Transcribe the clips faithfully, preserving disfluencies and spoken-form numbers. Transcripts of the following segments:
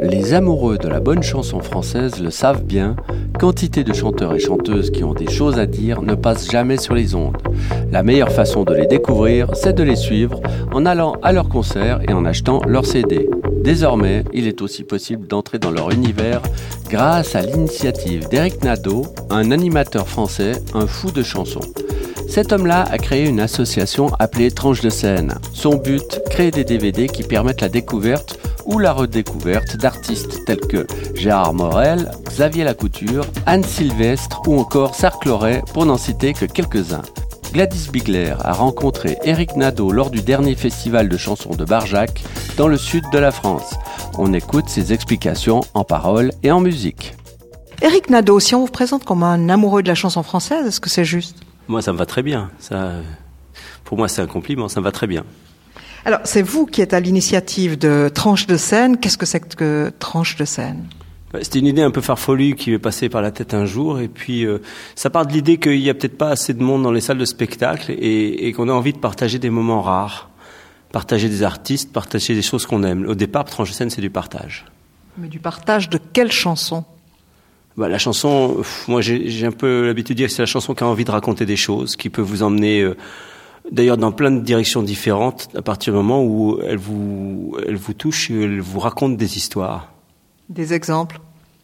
les amoureux de la bonne chanson française le savent bien, quantité de chanteurs et chanteuses qui ont des choses à dire ne passent jamais sur les ondes. La meilleure façon de les découvrir, c'est de les suivre en allant à leurs concerts et en achetant leurs C D. Désormais, il est aussi possible d'entrer dans leur univers grâce à l'initiative d'Eric Nadeau, un animateur français, un fou de chansons. Cet homme-là a créé une association appelée Tranche de scène. Son but, créer des D V D qui permettent la découverte ou la redécouverte d'artistes tels que Gérard Morel, Xavier Lacouture, Anne Sylvestre ou encore Sark Loret, pour n'en citer que quelques-uns. Gladys Bigler a rencontré Eric Nadeau lors du dernier festival de chansons de Barjac dans le sud de la France. On écoute ses explications en paroles et en musique. Eric Nadeau, si on vous présente comme un amoureux de la chanson française, est-ce que c'est juste ? Moi, ça me va très bien. Ça, pour moi, c'est un compliment, ça me va très bien. Alors, c'est vous qui êtes à l'initiative de Tranche de scène. Qu'est-ce que c'est que Tranche de scène ? C'était une idée un peu farfelue qui m'est passée par la tête un jour, et puis euh, ça part de l'idée qu'il y a peut-être pas assez de monde dans les salles de spectacle et, et qu'on a envie de partager des moments rares, partager des artistes, partager des choses qu'on aime. Au départ, Tranche de scène, c'est du partage. Mais du partage de quelle chanson ? Bah, la chanson, pff, moi j'ai, j'ai un peu l'habitude de dire que c'est la chanson qui a envie de raconter des choses, qui peut vous emmener euh, d'ailleurs dans plein de directions différentes à partir du moment où elle vous, elle vous touche et elle vous raconte des histoires. Des exemples ?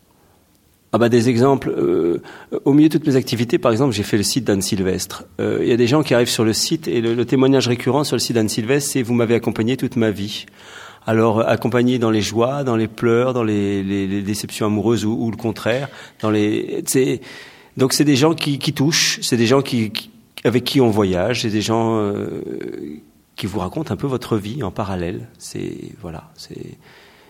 Ah bah des exemples. Euh, au milieu de toutes mes activités, par exemple, j'ai fait le site d'Anne Sylvestre. Il euh, y a des gens qui arrivent sur le site et le, le témoignage récurrent sur le site d'Anne Sylvestre, c'est « Vous m'avez accompagné toute ma vie ». Alors accompagné dans les joies, dans les pleurs, dans les, les, les déceptions amoureuses ou, ou le contraire. Dans les, c'est, donc c'est des gens qui, qui touchent, c'est des gens qui, qui, avec qui on voyage, c'est des gens euh, qui vous racontent un peu votre vie en parallèle. C'est voilà, c'est.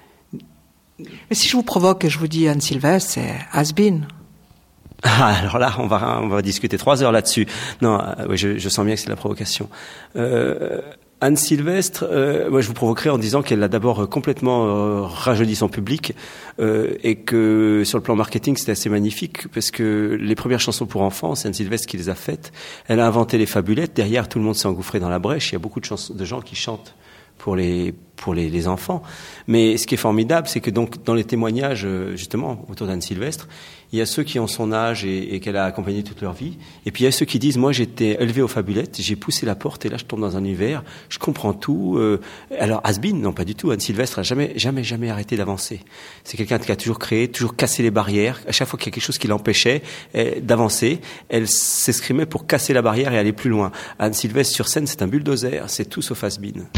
Mais si je vous provoque et je vous dis Anne Sylvestre, c'est Has Been. Ah, alors là, on va on va discuter trois heures là-dessus. Non, euh, oui, je, je sens bien que c'est la provocation. Euh, Anne Sylvestre, euh, moi je vous provoquerai en disant qu'elle a d'abord complètement euh, rajeuni son public euh, et que sur le plan marketing c'était assez magnifique parce que les premières chansons pour enfants, c'est Anne Sylvestre qui les a faites. Elle a inventé les fabulettes. Derrière, tout le monde s'est engouffré dans la brèche. Il y a beaucoup de, chans- de gens qui chantent pour les pour les, les enfants. Mais ce qui est formidable, c'est que donc dans les témoignages justement autour d'Anne Sylvestre, il y a ceux qui ont son âge et, et qu'elle a accompagné toute leur vie, et puis il y a ceux qui disent moi j'étais élevé aux fabulettes, j'ai poussé la porte et là je tombe dans un univers, je comprends tout. Euh, alors Has Been, non pas du tout. Anne Sylvestre a jamais jamais jamais arrêté d'avancer. C'est quelqu'un qui a toujours créé, toujours cassé les barrières. À chaque fois qu'il y a quelque chose qui l'empêchait eh, d'avancer, elle s'escrimait pour casser la barrière et aller plus loin. Anne Sylvestre sur scène, c'est un bulldozer, c'est tout sauf Has Been.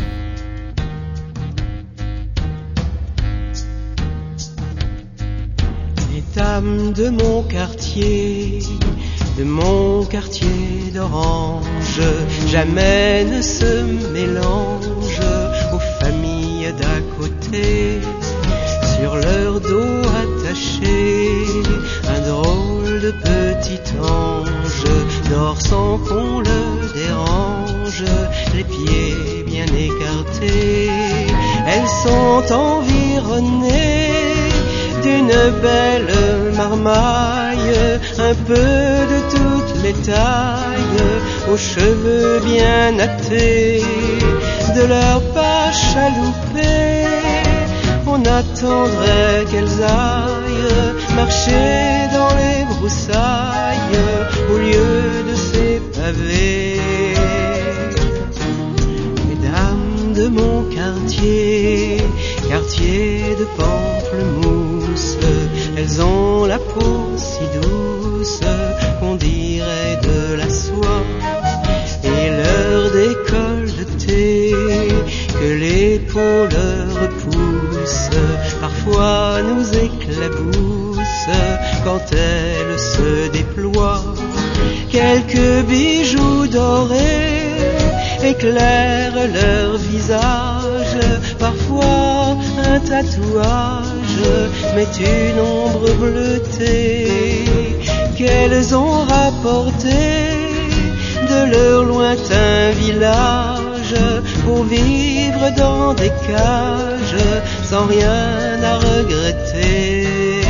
Dames de mon quartier, de mon quartier d'Orange, jamais ne se mélange aux familles d'à côté. Sur leur dos attaché, un drôle de petit ange dort sans qu'on le dérange, les pieds bien écartés. Elles sont environnées d'une belle marmaille, un peu de toutes les tailles, aux cheveux bien nattés, de leurs pas chaloupés. On attendrait qu'elles aillent marcher dans les broussailles au lieu de ces pavés. Mesdames de mon quartier, quartier de pamplemousse, elles ont la peau si douce qu'on dirait de la soie, et leur décolleté que les peaux leur poussent parfois nous éclabousse quand elles se déploient. Quelques bijoux dorés éclairent leur visage, parfois un tatouage met une ombre bleutée qu'elles ont rapporté de leur lointain village pour vivre dans des cages sans rien à regretter.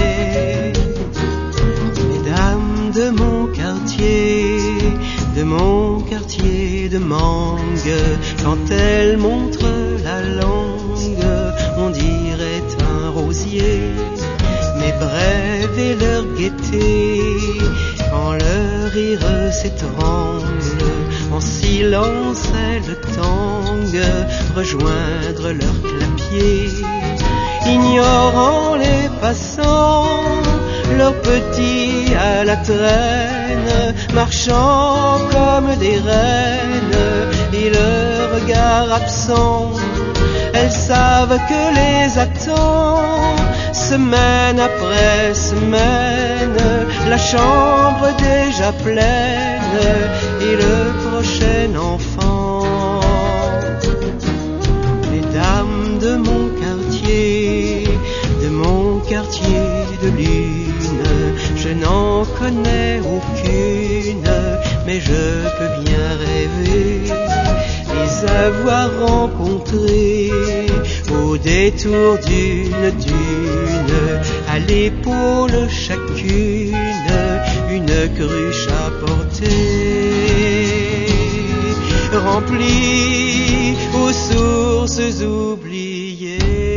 Mesdames de mon quartier, de mon quartier de Mangue, quand elles montrent la langue, on dirait un rosier rêver leur gaieté, quand leur rire s'étrangle, en silence elles tanguent, rejoindre leur clapier, ignorant les passants, leurs petits à la traîne, marchant comme des reines, et leur regard absent, elles savent que les attend, semaine après semaine, la chambre déjà pleine, et le prochain enfant. Les dames de mon quartier, de mon quartier de lune, je n'en connais aucune, mais je peux bien rêver les avoir rencontrées au détour d'une dune, à l'épaule chacune, une cruche à porter, remplie aux sources oubliées.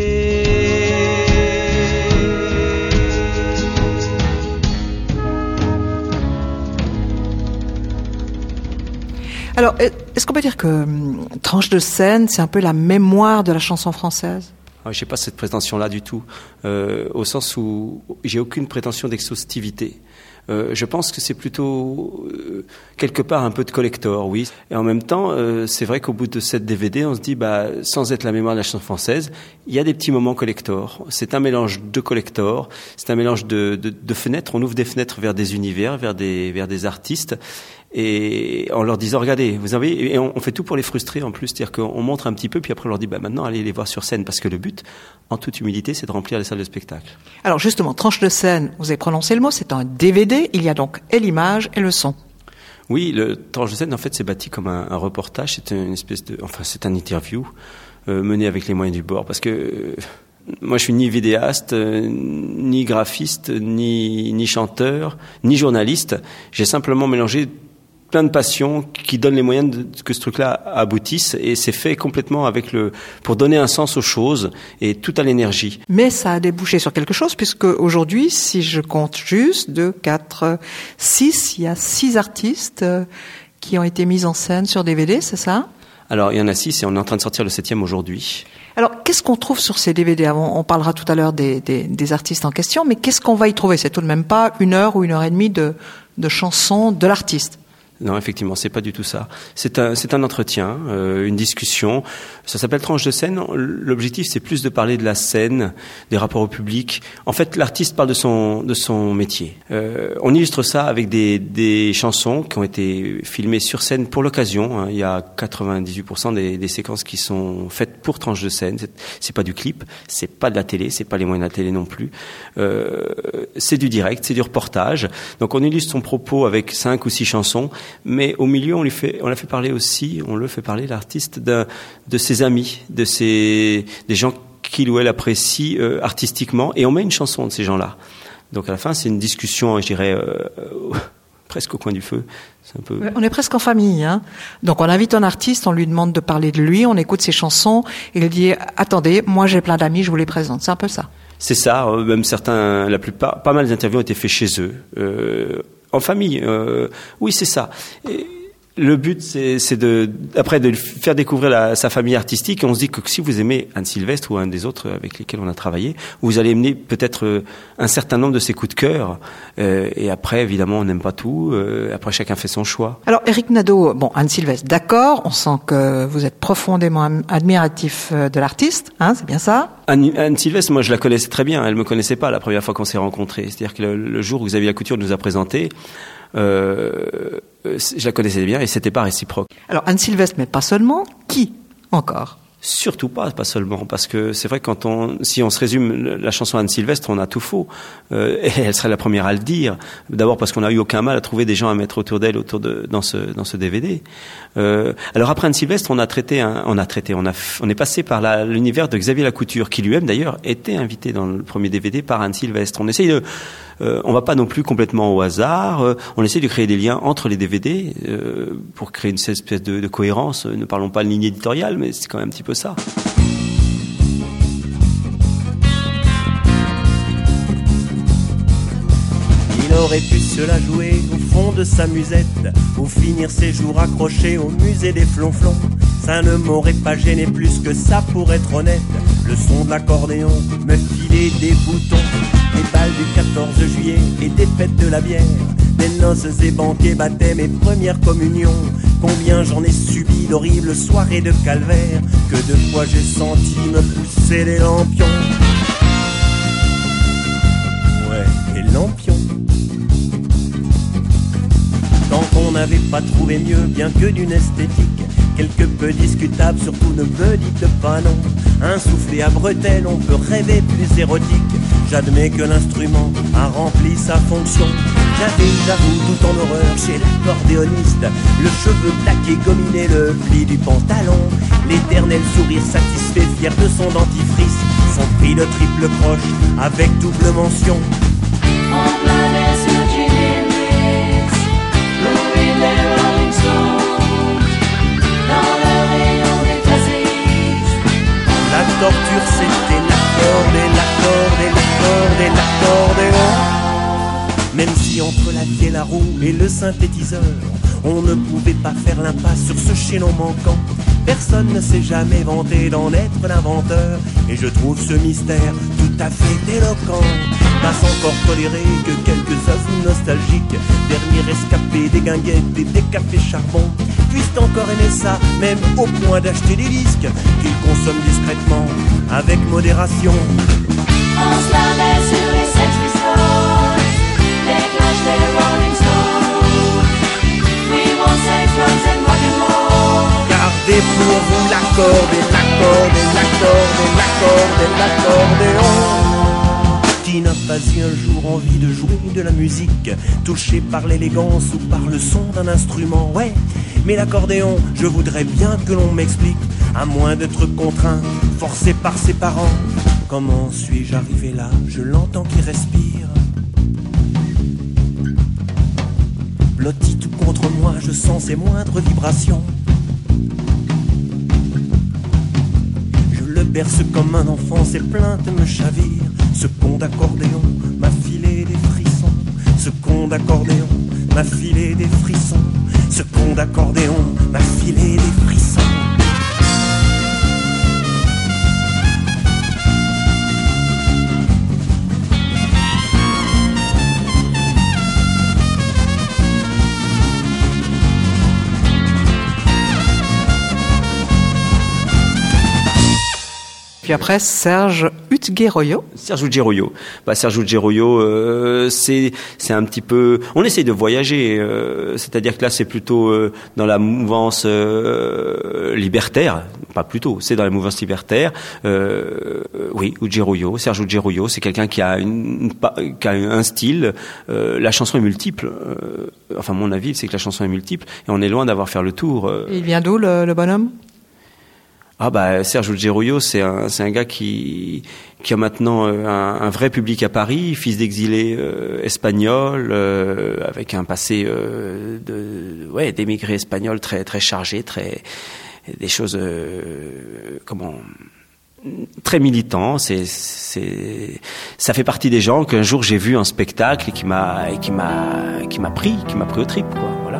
Alors, est-ce qu'on peut dire que hum, Tranche de Seine, c'est un peu la mémoire de la chanson française ? Ah, je n'ai pas cette prétention-là du tout, euh, au sens où j'ai aucune prétention d'exhaustivité. Euh, je pense que c'est plutôt euh, quelque part un peu de collector, oui. Et en même temps, euh, c'est vrai qu'au bout de cette D V D, on se dit, bah, sans être la mémoire de la chanson française, il y a des petits moments collector. C'est un mélange de collector, c'est un mélange de, de, de fenêtres. On ouvre des fenêtres vers des univers, vers des, vers des artistes. Et en leur disant, regardez, vous avez, et on, on fait tout pour les frustrer en plus, c'est-à-dire qu'on montre un petit peu, puis après on leur dit, bah maintenant allez les voir sur scène, parce que le but, en toute humilité, c'est de remplir les salles de spectacle. Alors justement, Tranche de Seine, vous avez prononcé le mot, c'est un D V D, il y a donc et l'image et le son. Oui, le Tranche de Seine, en fait, c'est bâti comme un, un reportage, c'est une espèce de, enfin, c'est un interview euh, mené avec les moyens du bord, parce que euh, moi, je suis ni vidéaste, euh, ni graphiste, ni, ni chanteur, ni journaliste. J'ai simplement mélangé plein de passions qui donnent les moyens de, que ce truc-là aboutisse, et c'est fait complètement avec le, pour donner un sens aux choses et tout à l'énergie. Mais ça a débouché sur quelque chose, puisque aujourd'hui, si je compte juste, deux, quatre, six, il y a six artistes qui ont été mis en scène sur D V D, c'est ça ? Alors, il y en a six et on est en train de sortir le septième aujourd'hui. Alors, qu'est-ce qu'on trouve sur ces D V D ? On, on parlera tout à l'heure des, des, des artistes en question, mais qu'est-ce qu'on va y trouver ? C'est tout de même pas une heure ou une heure et demie de, de chansons de l'artiste. Non, effectivement, c'est pas du tout ça. C'est un, c'est un entretien, euh, une discussion. Ça s'appelle Tranche de Seine. L'objectif, c'est plus de parler de la scène, des rapports au public. En fait, l'artiste parle de son, de son métier. Euh, on illustre ça avec des, des chansons qui ont été filmées sur scène pour l'occasion. Hein. Il y a quatre-vingt-dix-huit pour cent des, des séquences qui sont faites pour Tranche de Seine. C'est, c'est pas du clip, c'est pas de la télé, c'est pas les moyens de la télé non plus. Euh, c'est du direct, c'est du reportage. Donc, on illustre son propos avec cinq ou six chansons. Mais au milieu, on lui fait, on l'a fait parler aussi, on le fait parler, l'artiste, de, de ses amis, de ses, des gens qu'il ou elle apprécie euh, artistiquement, et on met une chanson de ces gens-là. Donc à la fin, c'est une discussion, je dirais, euh, euh, presque au coin du feu. C'est un peu... On est presque en famille, hein. Donc on invite un artiste, on lui demande de parler de lui, on écoute ses chansons, et il dit « Attendez, moi j'ai plein d'amis, je vous les présente ». C'est un peu ça. C'est ça, euh, même certains, la plupart, pas mal d'interviews ont été faites chez eux. Euh, En famille, euh, oui, c'est ça. Et le but, c'est, c'est de, après, de faire découvrir la, sa famille artistique. Et on se dit que si vous aimez Anne Sylvestre ou un des autres avec lesquels on a travaillé, vous allez mener peut-être un certain nombre de ses coups de cœur. Euh, et après, évidemment, on n'aime pas tout. Euh, après, chacun fait son choix. Alors, Éric Nadeau, bon, Anne Sylvestre, d'accord. On sent que vous êtes profondément admiratif de l'artiste, hein, c'est bien ça? Anne, Anne Sylvestre, moi, je la connaissais très bien. Elle me connaissait pas la première fois qu'on s'est rencontrés. C'est-à-dire que le, le jour où Xavier Lacouture nous a présentés, Euh, je la connaissais bien et c'était pas réciproque. Alors Anne Sylvestre, mais pas seulement, qui encore? Surtout pas, pas seulement, parce que c'est vrai que quand on, si on se résume la chanson Anne Sylvestre, on a tout faux. Euh, et elle serait la première à le dire. D'abord parce qu'on n'a eu aucun mal à trouver des gens à mettre autour d'elle, autour de dans ce dans ce D V D. Euh, alors après Anne Sylvestre, on a traité, un, on a traité, on a, on est passé par la, l'univers de Xavier Lacouture, qui lui-même d'ailleurs était invité dans le premier D V D par Anne Sylvestre. On essaye de, euh, on va pas non plus complètement au hasard. Euh, on essaye de créer des liens entre les D V D euh, pour créer une espèce de, de cohérence. Ne parlons pas de ligne éditoriale, mais c'est quand même un petit peu ça. aurait pu se la jouer au fond de sa musette, ou finir ses jours accrochés au musée des flonflons. Ça ne m'aurait pas gêné plus que ça pour être honnête. Le son de l'accordéon me filait des boutons. Les balles du quatorze juillet et des fêtes de la bière, des noces et banquets, baptêmes et premières communions. Combien j'en ai subi d'horribles soirées de calvaire, que de fois j'ai senti me pousser les lampions. Ouais, les lampions. Tant qu'on n'avait pas trouvé mieux, bien que d'une esthétique quelque peu discutable, surtout ne me dites pas non. Un soufflet à bretelles, on peut rêver plus érotique. J'admets que l'instrument a rempli sa fonction. J'avais, j'avoue, tout en horreur chez l'accordéoniste, le cheveu plaqué, gominé, le pli du pantalon, l'éternel sourire satisfait, fier de son dentifrice, son prix de triple croche avec double mention. En planait sur Jimi Hendrix, Louis les Rolling Stones, dans le rayon des classiques. La torture c'était l'accordé, l'accordé, l'accordé, l'accordéon. Même si entre la vie et la roue et le synthétiseur, on ne pouvait pas faire l'impasse sur ce chaînon manquant, personne ne s'est jamais vanté d'en être l'inventeur. Et je trouve ce mystère tout à fait éloquent. Passe encore toléré que quelques azous nostalgiques, derniers rescapés des guinguettes et des cafés charbon, puissent encore aimer ça, même au point d'acheter des disques qu'ils consomment discrètement, avec modération. On se la met sur les Sex Pistols, les Clash, les Rolling Stones. We won't say drugs and rock and roll. Gardez pour vous l'accordé, l'accordé, l'accordé, l'accordé, l'accordéon. Qui n'a pas eu un jour envie de jouer de la musique, touché par l'élégance ou par le son d'un instrument? Ouais, mais l'accordéon, je voudrais bien que l'on m'explique, à moins d'être contraint, forcé par ses parents. Comment suis-je arrivé là? Je l'entends qui respire. Blotti tout contre moi, je sens ses moindres vibrations. Je le berce comme un enfant, ses plaintes me chavirent. Ce con d'accordéon m'a filé des frissons. Ce con d'accordéon m'a filé des frissons. Ce con d'accordéon m'a filé des frissons. Puis après, Serge Utgeroyo. Serge Utgeroyo. Bah, Serge Utgeroyo, euh, c'est, c'est un petit peu, on essaye de voyager, euh, c'est-à-dire que là, c'est plutôt euh, dans la mouvance euh, libertaire, pas plutôt, c'est dans la mouvance libertaire. Euh, oui, Utgeroyo, Serge Utgeroyo, c'est quelqu'un qui a, une, une, qui a un style. Euh, la chanson est multiple. Euh, enfin, mon avis, c'est que la chanson est multiple, et on est loin d'avoir fait le tour. Euh. Et il vient d'où, le, le bonhomme? Ah bah Serge Utgeroyo, c'est un c'est un gars qui qui a maintenant un, un vrai public à Paris, fils d'exilés euh, espagnols, euh, avec un passé euh, de ouais d'émigrés espagnols très très chargé, très des choses euh, comment très militants. C'est c'est ça fait partie des gens qu'un jour j'ai vu en spectacle et qui m'a et qui m'a qui m'a pris qui m'a pris au trip quoi. Voilà.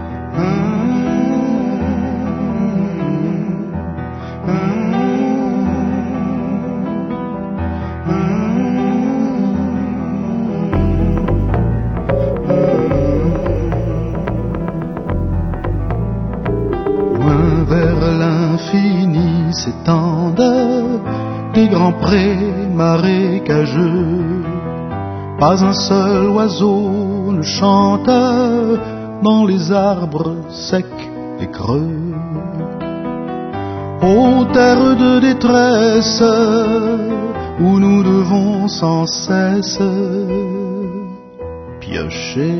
S'étendent des grands prés marécageux. Pas un seul oiseau ne chante dans les arbres secs et creux. Ô terre de détresse, où nous devons sans cesse piocher.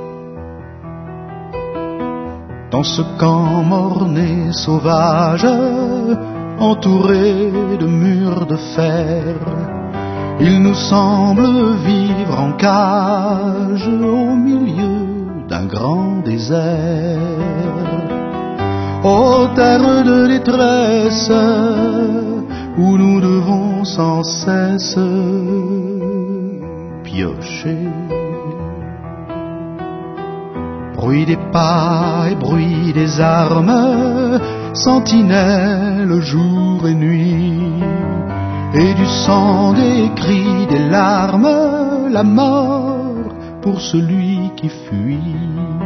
Dans ce camp morné sauvage, entouré de murs de fer, il nous semble vivre en cage au milieu d'un grand désert. Ô terre de détresse, où nous devons sans cesse piocher. Bruit des pas et bruit des armes, sentinelle jour et nuit, et du sang, des cris, des larmes, la mort pour celui qui fuit.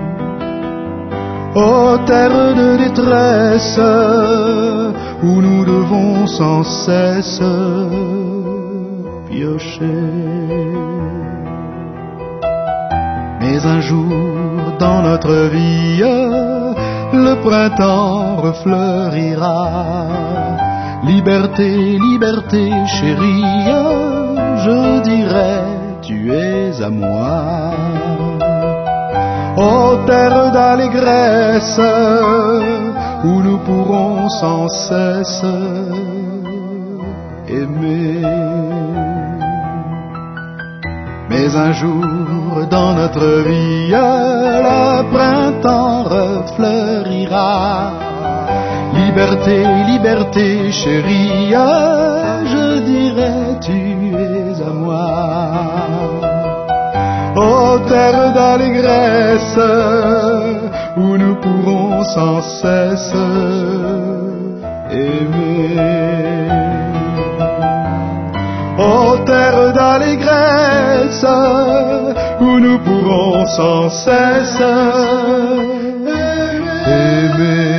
Ô terre de détresse, où nous devons sans cesse piocher. Mais un jour dans notre vie, le printemps refleurira. Liberté, liberté chérie, je dirais tu es à moi. Ô terre d'allégresse, où nous pourrons sans cesse aimer. Mais un jour dans notre vie, le printemps refleurira. Liberté, liberté chérie, je dirais tu es à moi. Ô terre d'allégresse, où nous pourrons sans cesse aimer. Ô terre d'allégresse, où nous pourrons sans cesse aimer.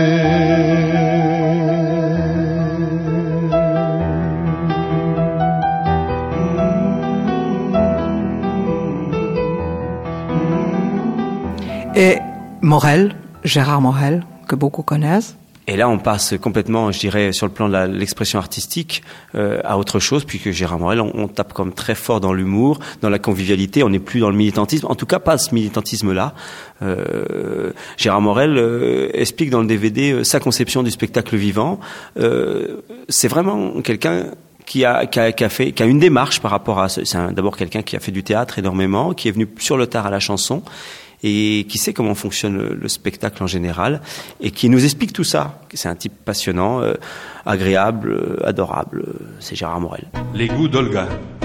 Et Morel, Gérard Morel, que beaucoup connaissent. Et là, on passe complètement, je dirais, sur le plan de la, l'expression artistique, euh, à autre chose, puisque Gérard Morel, on, on tape comme très fort dans l'humour, dans la convivialité, on n'est plus dans le militantisme, en tout cas pas ce militantisme-là. Euh, Gérard Morel euh, explique dans le D V D euh, sa conception du spectacle vivant. Euh, c'est vraiment quelqu'un qui a, qui a, qui a fait, qui a une démarche par rapport à, c'est un, d'abord quelqu'un qui a fait du théâtre énormément, qui est venu sur le tard à la chanson, et qui sait comment fonctionne le, le spectacle en général, et qui nous explique tout ça. C'est un type passionnant, euh, agréable, euh, adorable. C'est Gérard Morel. Les goûts d'Olga.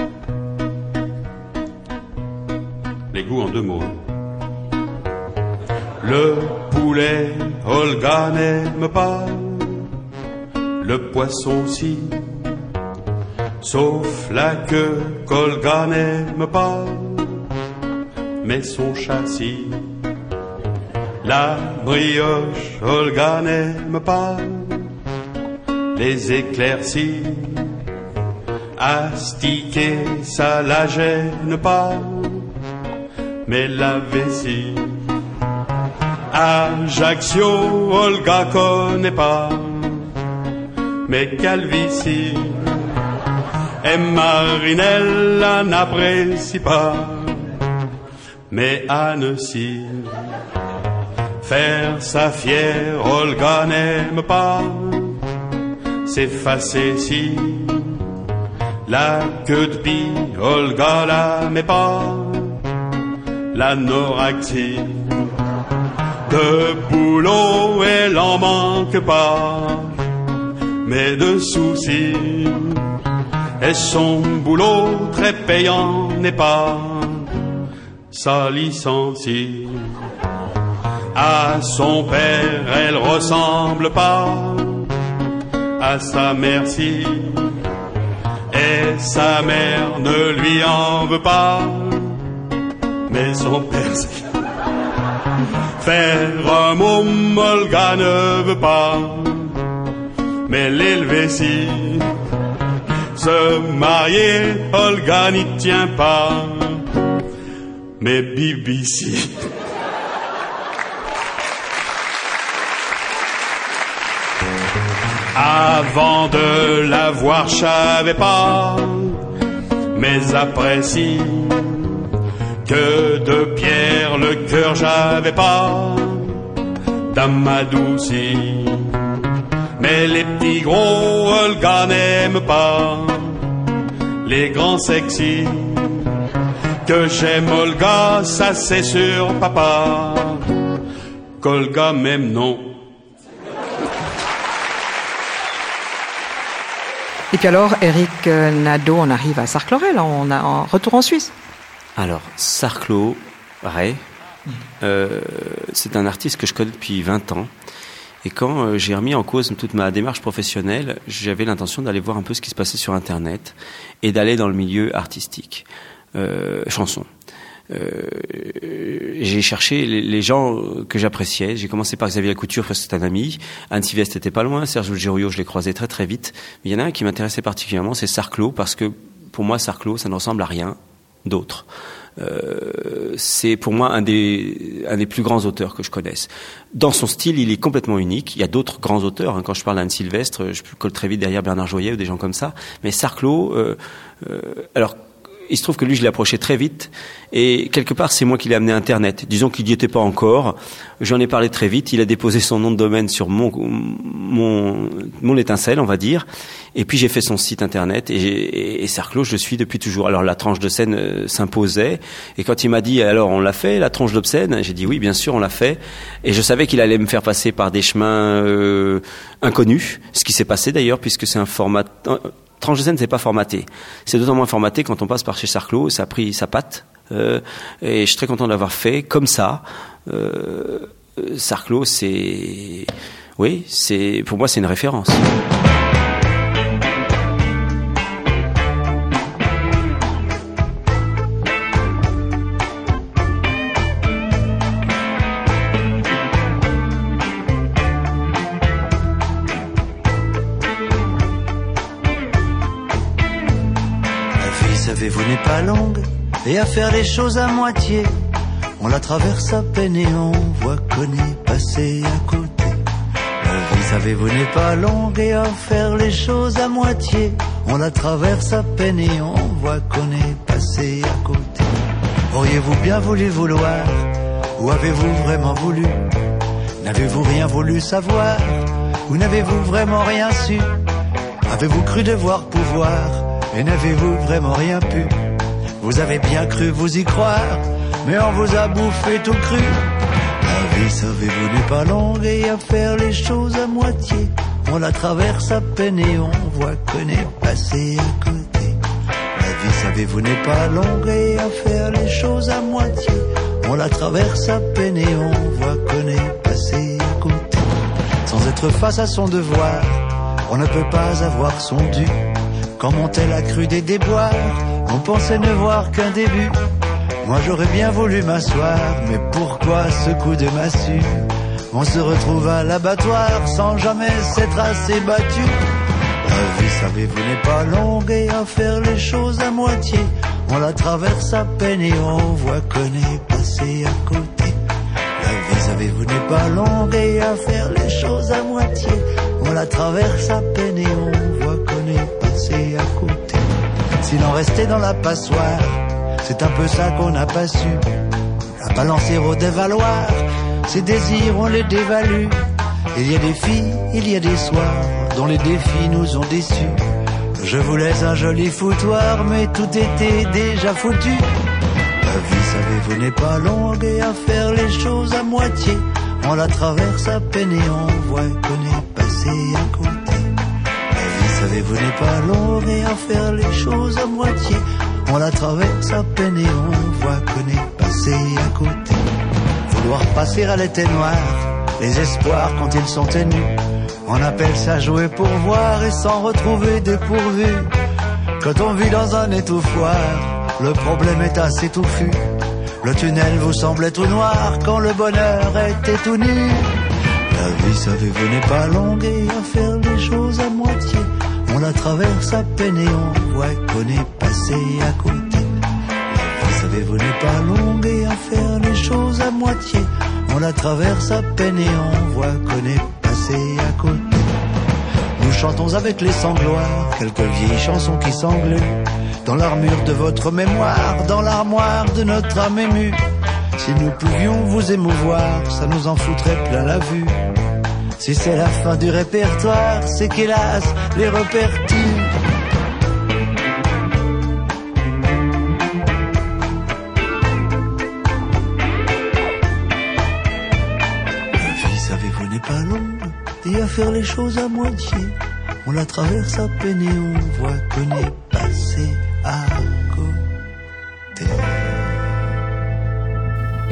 Les goûts en deux mots. Le poulet, Olga n'aime pas. Le poisson aussi. Sauf la queue qu'Olga n'aime pas. Mais son châssis, la brioche, Olga n'aime pas. Les éclaircies, astiquer, ça la gêne pas. Mais la vessie, Ajaccio, Olga connaît pas. Mais calvitie, et Marinella n'apprécie pas. Mais Annecy, faire sa fière, Olga n'aime pas. S'effacer si la queue de pie, Olga la met pas. L'anorexie de boulot, elle en manque pas. Mais de soucis, et son boulot très payant n'est pas. Sa licencie, à son père elle ressemble pas. À sa mère si, et sa mère ne lui en veut pas. Mais son père si, faire un môme, Olga ne veut pas. Mais l'élever si, se marier, Olga n'y tient pas. Mais B B C. Avant de la voir, je savais pas, mais après si, que de pierre le cœur j'avais pas, d'Amadou si. Mais les petits gros, Olga n'aime pas, les grands sexy. Que j'aime Olga, ça c'est sûr, papa. Qu'Olga m'aime, non. Et puis alors, Eric Nadeau, on arrive à Sarclay, là, on a un retour en Suisse. Alors, Sarclay, Ray, Euh, c'est un artiste que je connais depuis vingt ans. Et quand euh, j'ai remis en cause toute ma démarche professionnelle, j'avais l'intention d'aller voir un peu ce qui se passait sur Internet et d'aller dans le milieu artistique, euh, chanson. Euh, j'ai cherché les, les gens que j'appréciais. J'ai commencé par Xavier Lacouture parce que c'est un ami. Anne Sylvestre était pas loin. Serge Ruggiero, je l'ai croisé très très vite. Mais il y en a un qui m'intéressait particulièrement, c'est Sarclot, parce que pour moi, Sarclot, ça ne ressemble à rien d'autre. Euh, c'est pour moi un des, un des plus grands auteurs que je connaisse. Dans son style, il est complètement unique. Il y a d'autres grands auteurs. Hein. Quand je parle d'Anne Sylvestre, je colle très vite derrière Bernard Joyet ou des gens comme ça. Mais Sarclot, euh, euh, alors, il se trouve que lui, je l'ai approché très vite. Et quelque part, c'est moi qui l'ai amené à Internet. Disons qu'il n'y était pas encore. J'en ai parlé très vite. Il a déposé son nom de domaine sur mon, mon, mon étincelle, on va dire. Et puis, j'ai fait son site Internet. Et, et, et Sarclot, je le suis depuis toujours. Alors, la tranche de scène euh, s'imposait. Et quand il m'a dit, alors, on l'a fait, la tranche d'obscène? J'ai dit, oui, bien sûr, on l'a fait. Et je savais qu'il allait me faire passer par des chemins euh, inconnus. Ce qui s'est passé, d'ailleurs, puisque c'est un format... Euh, Tranche de scène, c'est pas formaté. C'est d'autant moins formaté quand on passe par chez Sarclot. Ça a pris sa patte. Euh, et je suis très content de l'avoir fait comme ça. Euh, Sarclot, c'est, oui, c'est, pour moi, c'est une référence. Savez-vous, n'est pas longue, et à faire les choses à moitié, on la traverse à peine et on voit qu'on est passé à côté. La vie, savez-vous, n'est pas longue, et à faire les choses à moitié, on la traverse à peine et on voit qu'on est passé à côté. Auriez-vous bien voulu vouloir, ou avez-vous vraiment voulu? N'avez-vous rien voulu savoir, ou n'avez-vous vraiment rien su? Avez-vous cru devoir pouvoir, et n'avez-vous vraiment rien pu? Vous avez bien cru vous y croire, mais on vous a bouffé tout cru. La vie, savez-vous, n'est pas longue, et à faire les choses à moitié, on la traverse à peine et on voit qu'on est passé à côté. La vie, savez-vous, n'est pas longue, et à faire les choses à moitié, on la traverse à peine et on voit qu'on est passé à côté. Sans être face à son devoir, on ne peut pas avoir son dû. Quand montait la crue des déboires, on pensait ne voir qu'un début. Moi j'aurais bien voulu m'asseoir, mais pourquoi ce coup de massue? On se retrouve à l'abattoir sans jamais s'être assez battu. La vie, savez-vous, n'est pas longue, et à faire les choses à moitié, on la traverse à peine et on voit qu'on est passé à côté. La vie, savez-vous, n'est pas longue, et à faire les choses à moitié, on la traverse à peine et on voit qu'on est passé à côté. S'il en restait dans la passoire, c'est un peu ça qu'on n'a pas su. La balancer au dévaloir, ces désirs on les dévalue. Il y a des filles, il y a des soirs dont les défis nous ont déçus. Je vous laisse un joli foutoir, mais tout était déjà foutu. La vie, savez-vous, n'est pas longue, et à faire les choses à moitié, on la traverse à peine et on voit qu'on est passé à côté. Savez-vous, n'est pas longue, et à faire les choses à moitié, on la traverse à peine et on voit qu'on est passé à côté. Vouloir passer à l'éteignoir les espoirs quand ils sont ténus, on appelle ça jouer pour voir et s'en retrouver dépourvu. Quand on vit dans un étouffoir, le problème est assez touffu. Le tunnel vous semble tout noir quand le bonheur était tout nu. La vie, savez-vous, n'est pas longue, et à faire les choses à moitié, on la traverse à peine et on voit qu'on est passé à côté. La vie, savez-vous, n'est pas longue, et à faire les choses à moitié, on la traverse à peine et on voit qu'on est passé à côté. Nous chantons avec les sangloirs quelques vieilles chansons qui sangluent dans l'armure de votre mémoire, dans l'armoire de notre âme émue. Si nous pouvions vous émouvoir, ça nous en foutrait plein la vue. Si c'est la fin du répertoire, c'est qu'hélas, les repères tuent. La vie, savez-vous, n'est pas longue, et à faire les choses à moitié, on la traverse à peine et on voit qu'on est passé à côté. Et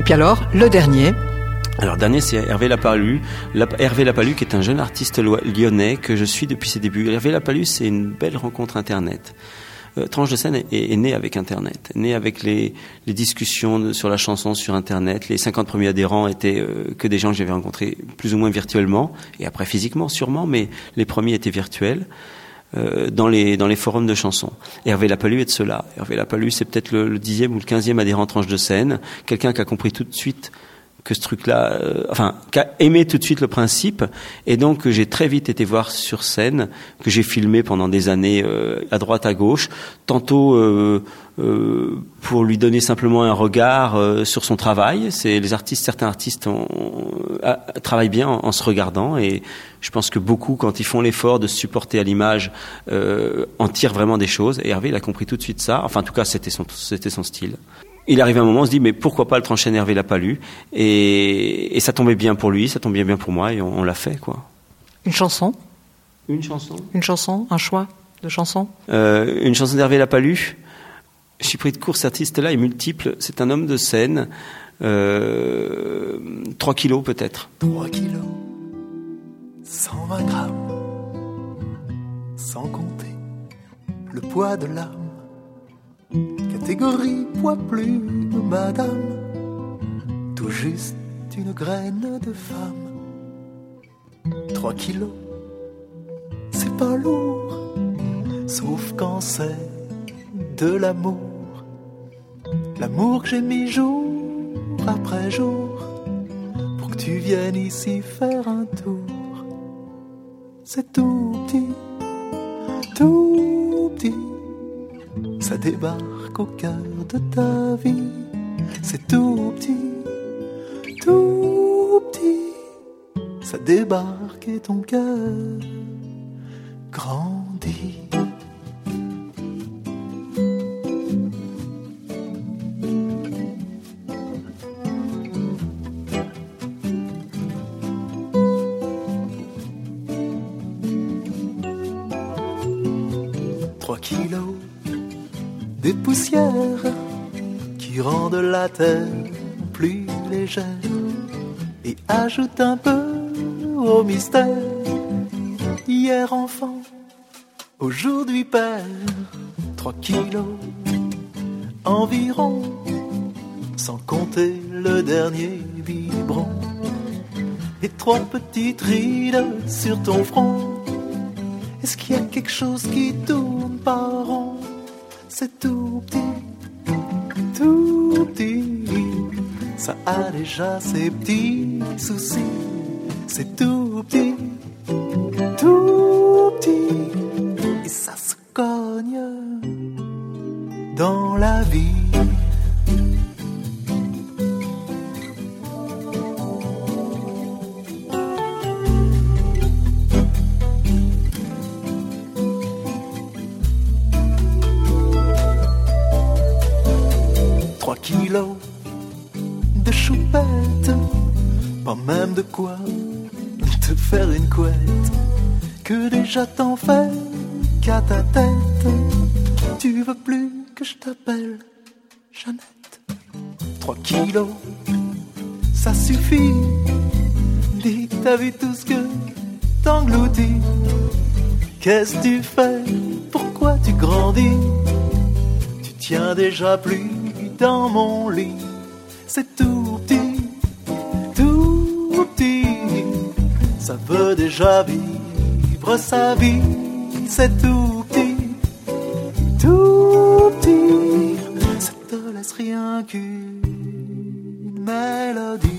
puis alors, le dernier. Alors, dernier, c'est Hervé Lapalus. Lap- Hervé Lapalus, qui est un jeune artiste lo- lyonnais que je suis depuis ses débuts. Hervé Lapalus, c'est une belle rencontre Internet. Euh, Tranche de scène est, est né avec Internet, né avec les, les discussions de, sur la chanson sur Internet. Les cinquante premiers adhérents étaient euh, que des gens que j'avais rencontrés plus ou moins virtuellement, et après physiquement sûrement, mais les premiers étaient virtuels. Euh, dans les dans les forums de chansons. Hervé Lapalus est de cela. Hervé Lapalus, c'est peut-être le, le dixième ou le quinzième adhérent Tranche de scène, quelqu'un qui a compris tout de suite que ce truc-là, euh, enfin, qui a aimé tout de suite le principe, et donc que j'ai très vite été voir sur scène, que j'ai filmé pendant des années euh, à droite à gauche, tantôt euh, euh, pour lui donner simplement un regard euh, sur son travail. C'est les artistes, certains artistes ont, ont, travaillent bien en, en se regardant, et je pense que beaucoup, quand ils font l'effort de se supporter à l'image, euh, en tirent vraiment des choses. Et Hervé, il a compris tout de suite ça. Enfin, en tout cas, c'était son, c'était son style. Il arrive un moment, on se dit, mais pourquoi pas le trancher Hervé Lapalus, et, et ça tombait bien pour lui, ça tombait bien pour moi, et on, on l'a fait, quoi. Une chanson Une chanson Une chanson, un choix de chanson euh, Une chanson d'Hervé Lapalus. Je suis pris de court, cet artiste-là est multiple. C'est un homme de scène. Euh, trois kilos, peut-être. trois kilos, cent vingt grammes, sans compter le poids de l'âme. Catégorie poids plume, madame, tout juste une graine de femme. Trois kilos, c'est pas lourd, sauf quand c'est de l'amour. L'amour que j'ai mis jour après jour pour que tu viennes ici faire un tour. C'est tout petit, tout petit, ça débarque au cœur de ta vie. C'est tout petit, tout petit, ça débarque et ton cœur grandit. Trois kilos, des poussières qui rendent la terre plus légère et ajoutent un peu au mystère. Hier enfant, aujourd'hui père. Trois kilos environ, sans compter le dernier biberon. Et trois petites rides sur ton front. Est-ce qu'il y a quelque chose qui tourne par rond? C'est tout petit, tout petit, ça a déjà ses petits soucis. C'est tout petit, tout petit, et ça se cogne dans la vie. Trois kilos de choupettes, pas même de quoi te faire une couette, que déjà t'en fais qu'à ta tête. Tu veux plus que je t'appelle Jeannette? Trois kilos, ça suffit. Dis que t'as vu tout ce que t'engloutis. Qu'est-ce que tu fais? Pourquoi tu grandis? Tu tiens déjà plus dans mon lit. C'est tout petit, tout petit, ça veut déjà vivre sa vie. C'est tout petit, tout petit, ça te laisse rien qu'une mélodie.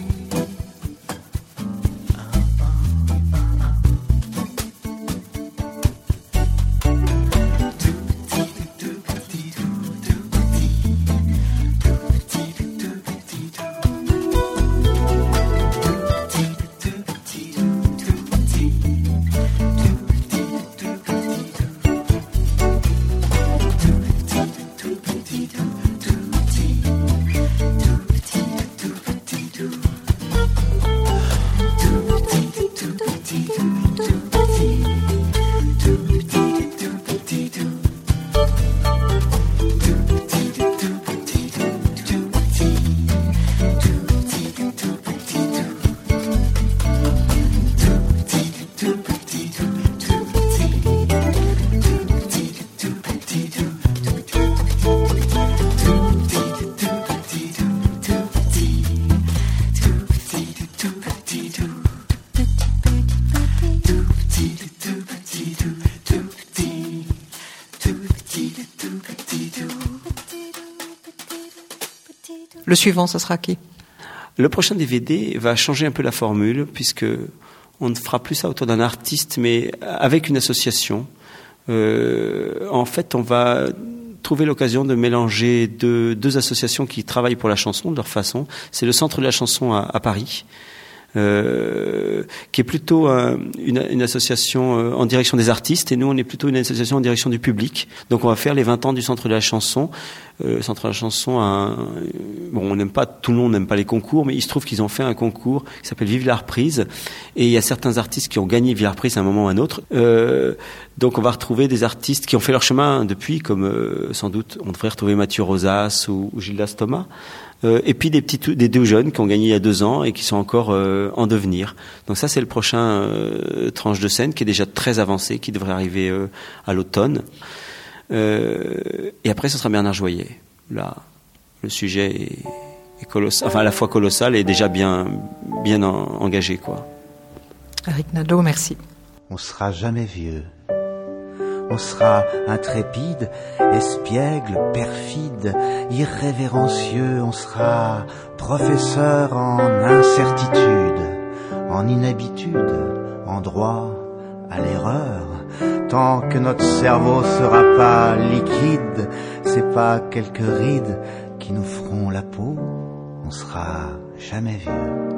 Le suivant, ça sera qui? Le prochain D V D va changer un peu la formule, puisque on ne fera plus ça autour d'un artiste, mais avec une association. Euh, en fait, on va trouver l'occasion de mélanger deux, deux associations qui travaillent pour la chanson de leur façon. C'est le Centre de la chanson à, à Paris, euh, qui est plutôt un, une, une association en direction des artistes, et nous, on est plutôt une association en direction du public. Donc, on va faire les vingt ans du Centre de la chanson. Euh, le Centre de la chanson, a un, bon, on n'aime pas, tout le monde n'aime pas les concours, mais il se trouve qu'ils ont fait un concours qui s'appelle Vive la reprise, et il y a certains artistes qui ont gagné Vive la reprise à un moment ou à un autre. Euh, donc on va retrouver des artistes qui ont fait leur chemin depuis, comme euh, sans doute on devrait retrouver Mathieu Rosas ou, ou Gildas Thomas, euh, et puis des petits, des deux jeunes qui ont gagné il y a deux ans et qui sont encore euh, en devenir. Donc ça c'est le prochain euh, tranche de scène qui est déjà très avancé, qui devrait arriver euh, à l'automne. Euh, et après, ce sera Bernard Joyer. Là, le sujet est, est colossal, enfin à la fois colossal et déjà bien, bien en, engagé, quoi. Eric Nadeau, merci. On sera jamais vieux. On sera intrépide, espiègle, perfide, irrévérencieux. On sera professeur en incertitude, en inhabitude, en droit à l'erreur. Tant que notre cerveau sera pas liquide, c'est pas quelques rides qui nous feront la peau, on sera jamais vieux.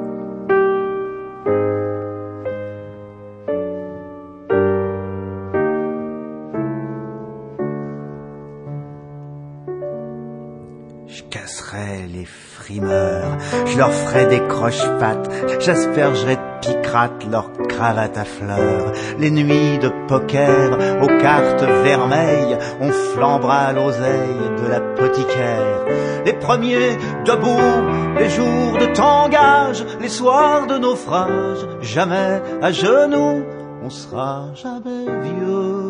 Je casserai les frimeurs, je leur ferai des croche-pattes, j'aspergerai de picrate leurs cravates à fleurs. Les nuits de poker aux cartes vermeilles, on flambera l'oseille de l'apothicaire. Les premiers debout, les jours de tangage, les soirs de naufrage, jamais à genoux, on sera jamais vieux.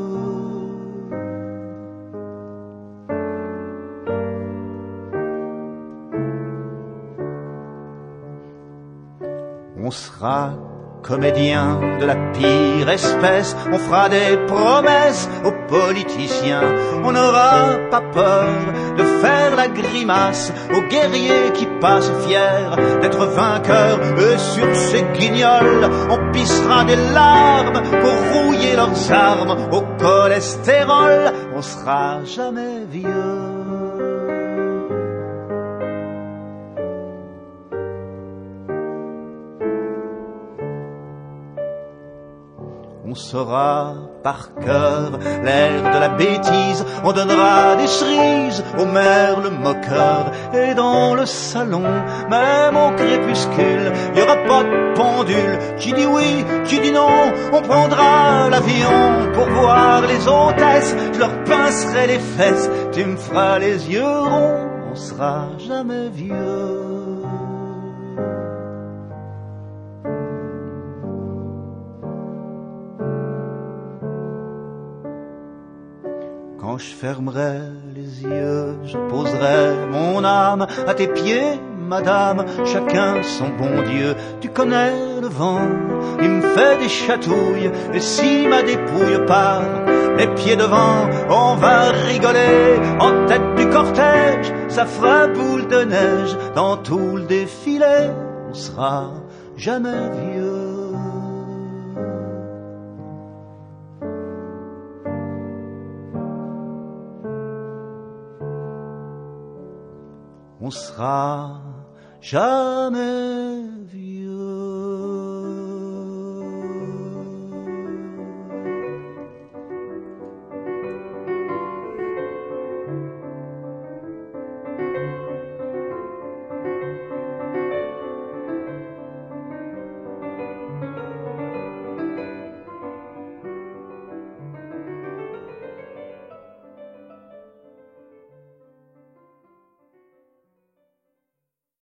On sera comédien de la pire espèce, on fera des promesses aux politiciens, on n'aura pas peur de faire la grimace aux guerriers qui passent fiers d'être vainqueurs, et sur ces guignols on pissera des larmes pour rouiller leurs armes au cholestérol, on sera jamais vieux. On saura par cœur l'air de la bêtise, on donnera des cerises au maire le moqueur, et dans le salon, même au crépuscule, il y aura pas de pendule qui dit oui, qui dit non, on prendra l'avion pour voir les hôtesses, je leur pincerai les fesses, tu me feras les yeux ronds, on sera jamais vieux. Quand je fermerai les yeux, je poserai mon âme à tes pieds, madame, chacun son bon Dieu. Tu connais le vent, il me fait des chatouilles, et si ma dépouille part, les pieds devant, on va rigoler en tête du cortège, ça fera boule de neige dans tout le défilé, on sera jamais vieux. On sera jamais